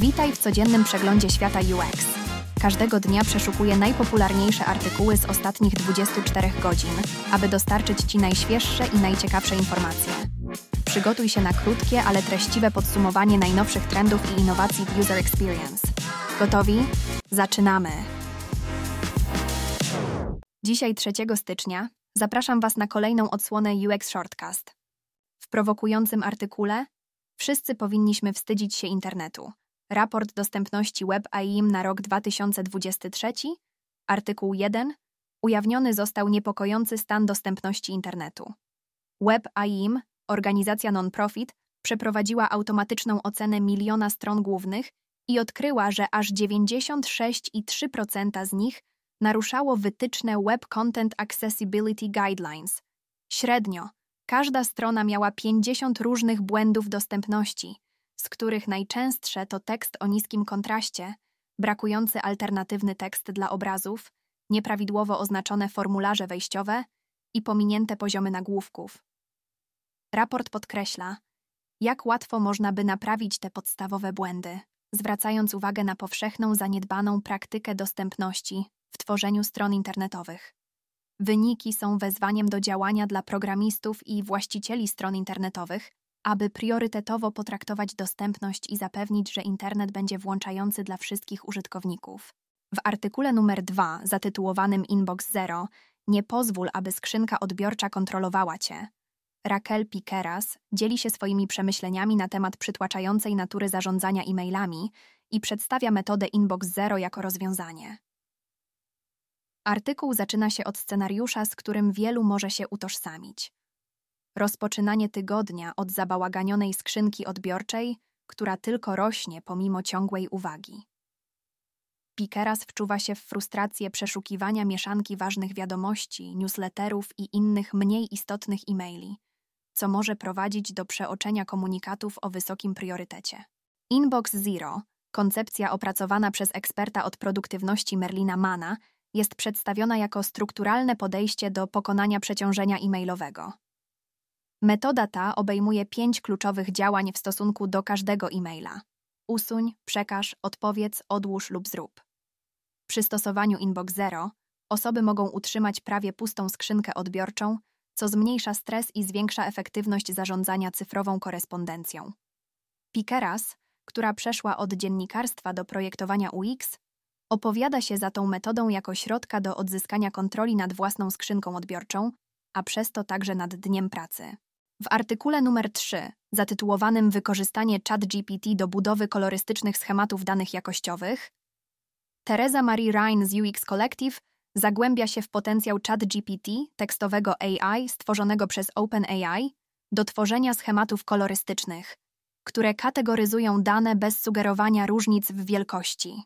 Witaj w codziennym przeglądzie świata UX. Każdego dnia przeszukuję najpopularniejsze artykuły z ostatnich 24 godzin, aby dostarczyć Ci najświeższe i najciekawsze informacje. Przygotuj się na krótkie, ale treściwe podsumowanie najnowszych trendów i innowacji w User Experience. Gotowi? Zaczynamy! Dzisiaj 3 stycznia zapraszam Was na kolejną odsłonę UX Shortcast. W prowokującym artykule wszyscy powinniśmy wstydzić się internetu. Raport dostępności WebAIM na rok 2023, artykuł 1. Ujawniony został niepokojący stan dostępności internetu. WebAIM, organizacja non-profit, przeprowadziła automatyczną ocenę 1 000 000 stron głównych i odkryła, że aż 96,3% z nich naruszało wytyczne Web Content Accessibility Guidelines. Średnio każda strona miała 50 różnych błędów dostępności, z których najczęstsze to tekst o niskim kontraście, brakujący alternatywny tekst dla obrazów, nieprawidłowo oznaczone formularze wejściowe i pominięte poziomy nagłówków. Raport podkreśla, jak łatwo można by naprawić te podstawowe błędy, zwracając uwagę na powszechną zaniedbaną praktykę dostępności w tworzeniu stron internetowych. Wyniki są wezwaniem do działania dla programistów i właścicieli stron internetowych, aby priorytetowo potraktować dostępność i zapewnić, że internet będzie włączający dla wszystkich użytkowników. W artykule numer 2, zatytułowanym Inbox Zero, nie pozwól, aby skrzynka odbiorcza kontrolowała Cię, Raquel Piqueras dzieli się swoimi przemyśleniami na temat przytłaczającej natury zarządzania e-mailami i przedstawia metodę Inbox Zero jako rozwiązanie. Artykuł zaczyna się od scenariusza, z którym wielu może się utożsamić. Rozpoczynanie tygodnia od zabałaganionej skrzynki odbiorczej, która tylko rośnie pomimo ciągłej uwagi. Piqueras wczuwa się w frustrację przeszukiwania mieszanki ważnych wiadomości, newsletterów i innych mniej istotnych e-maili, co może prowadzić do przeoczenia komunikatów o wysokim priorytecie. Inbox Zero, koncepcja opracowana przez eksperta od produktywności Merlina Manna, jest przedstawiona jako strukturalne podejście do pokonania przeciążenia e-mailowego. Metoda ta obejmuje 5 kluczowych działań w stosunku do każdego e-maila. Usuń, przekaż, odpowiedz, odłóż lub zrób. Przy stosowaniu Inbox Zero osoby mogą utrzymać prawie pustą skrzynkę odbiorczą, co zmniejsza stres i zwiększa efektywność zarządzania cyfrową korespondencją. Piqueras, która przeszła od dziennikarstwa do projektowania UX, opowiada się za tą metodą jako środka do odzyskania kontroli nad własną skrzynką odbiorczą, a przez to także nad dniem pracy. W artykule numer 3, zatytułowanym Wykorzystanie ChatGPT do budowy kolorystycznych schematów danych jakościowych, Teresa Marie Ryan z UX Collective zagłębia się w potencjał ChatGPT, tekstowego AI stworzonego przez OpenAI, do tworzenia schematów kolorystycznych, które kategoryzują dane bez sugerowania różnic w wielkości.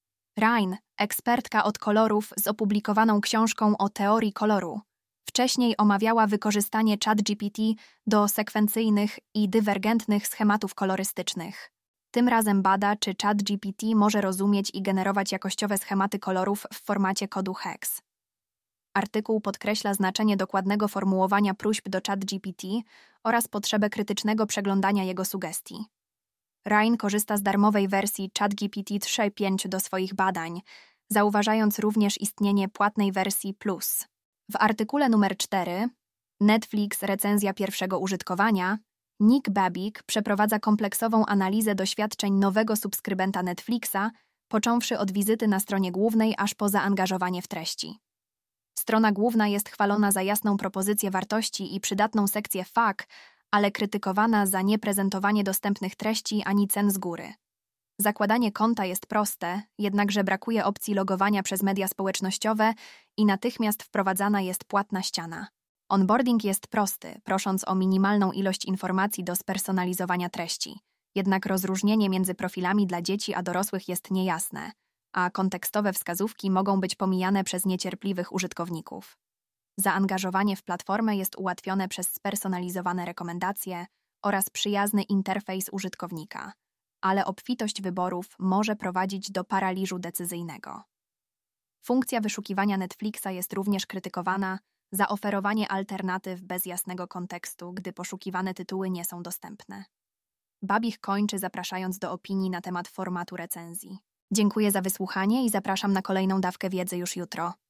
Ryan, ekspertka od kolorów z opublikowaną książką o teorii koloru, wcześniej omawiała wykorzystanie ChatGPT do sekwencyjnych i dywergentnych schematów kolorystycznych. Tym razem bada, czy ChatGPT może rozumieć i generować jakościowe schematy kolorów w formacie kodu hex. Artykuł podkreśla znaczenie dokładnego formułowania próśb do ChatGPT oraz potrzebę krytycznego przeglądania jego sugestii. Ryan korzysta z darmowej wersji ChatGPT 3.5 do swoich badań, zauważając również istnienie płatnej wersji Plus. W artykule numer 4, Netflix recenzja pierwszego użytkowania, Nick Babik przeprowadza kompleksową analizę doświadczeń nowego subskrybenta Netflixa, począwszy od wizyty na stronie głównej aż po zaangażowanie w treści. Strona główna jest chwalona za jasną propozycję wartości i przydatną sekcję FAQ, ale krytykowana za nieprezentowanie dostępnych treści ani cen z góry. Zakładanie konta jest proste, jednakże brakuje opcji logowania przez media społecznościowe i natychmiast wprowadzana jest płatna ściana. Onboarding jest prosty, prosząc o minimalną ilość informacji do spersonalizowania treści. Jednak rozróżnienie między profilami dla dzieci a dorosłych jest niejasne, a kontekstowe wskazówki mogą być pomijane przez niecierpliwych użytkowników. Zaangażowanie w platformę jest ułatwione przez spersonalizowane rekomendacje oraz przyjazny interfejs użytkownika, ale obfitość wyborów może prowadzić do paraliżu decyzyjnego. Funkcja wyszukiwania Netflixa jest również krytykowana za oferowanie alternatyw bez jasnego kontekstu, gdy poszukiwane tytuły nie są dostępne. Babich kończy, zapraszając do opinii na temat formatu recenzji. Dziękuję za wysłuchanie i zapraszam na kolejną dawkę wiedzy już jutro.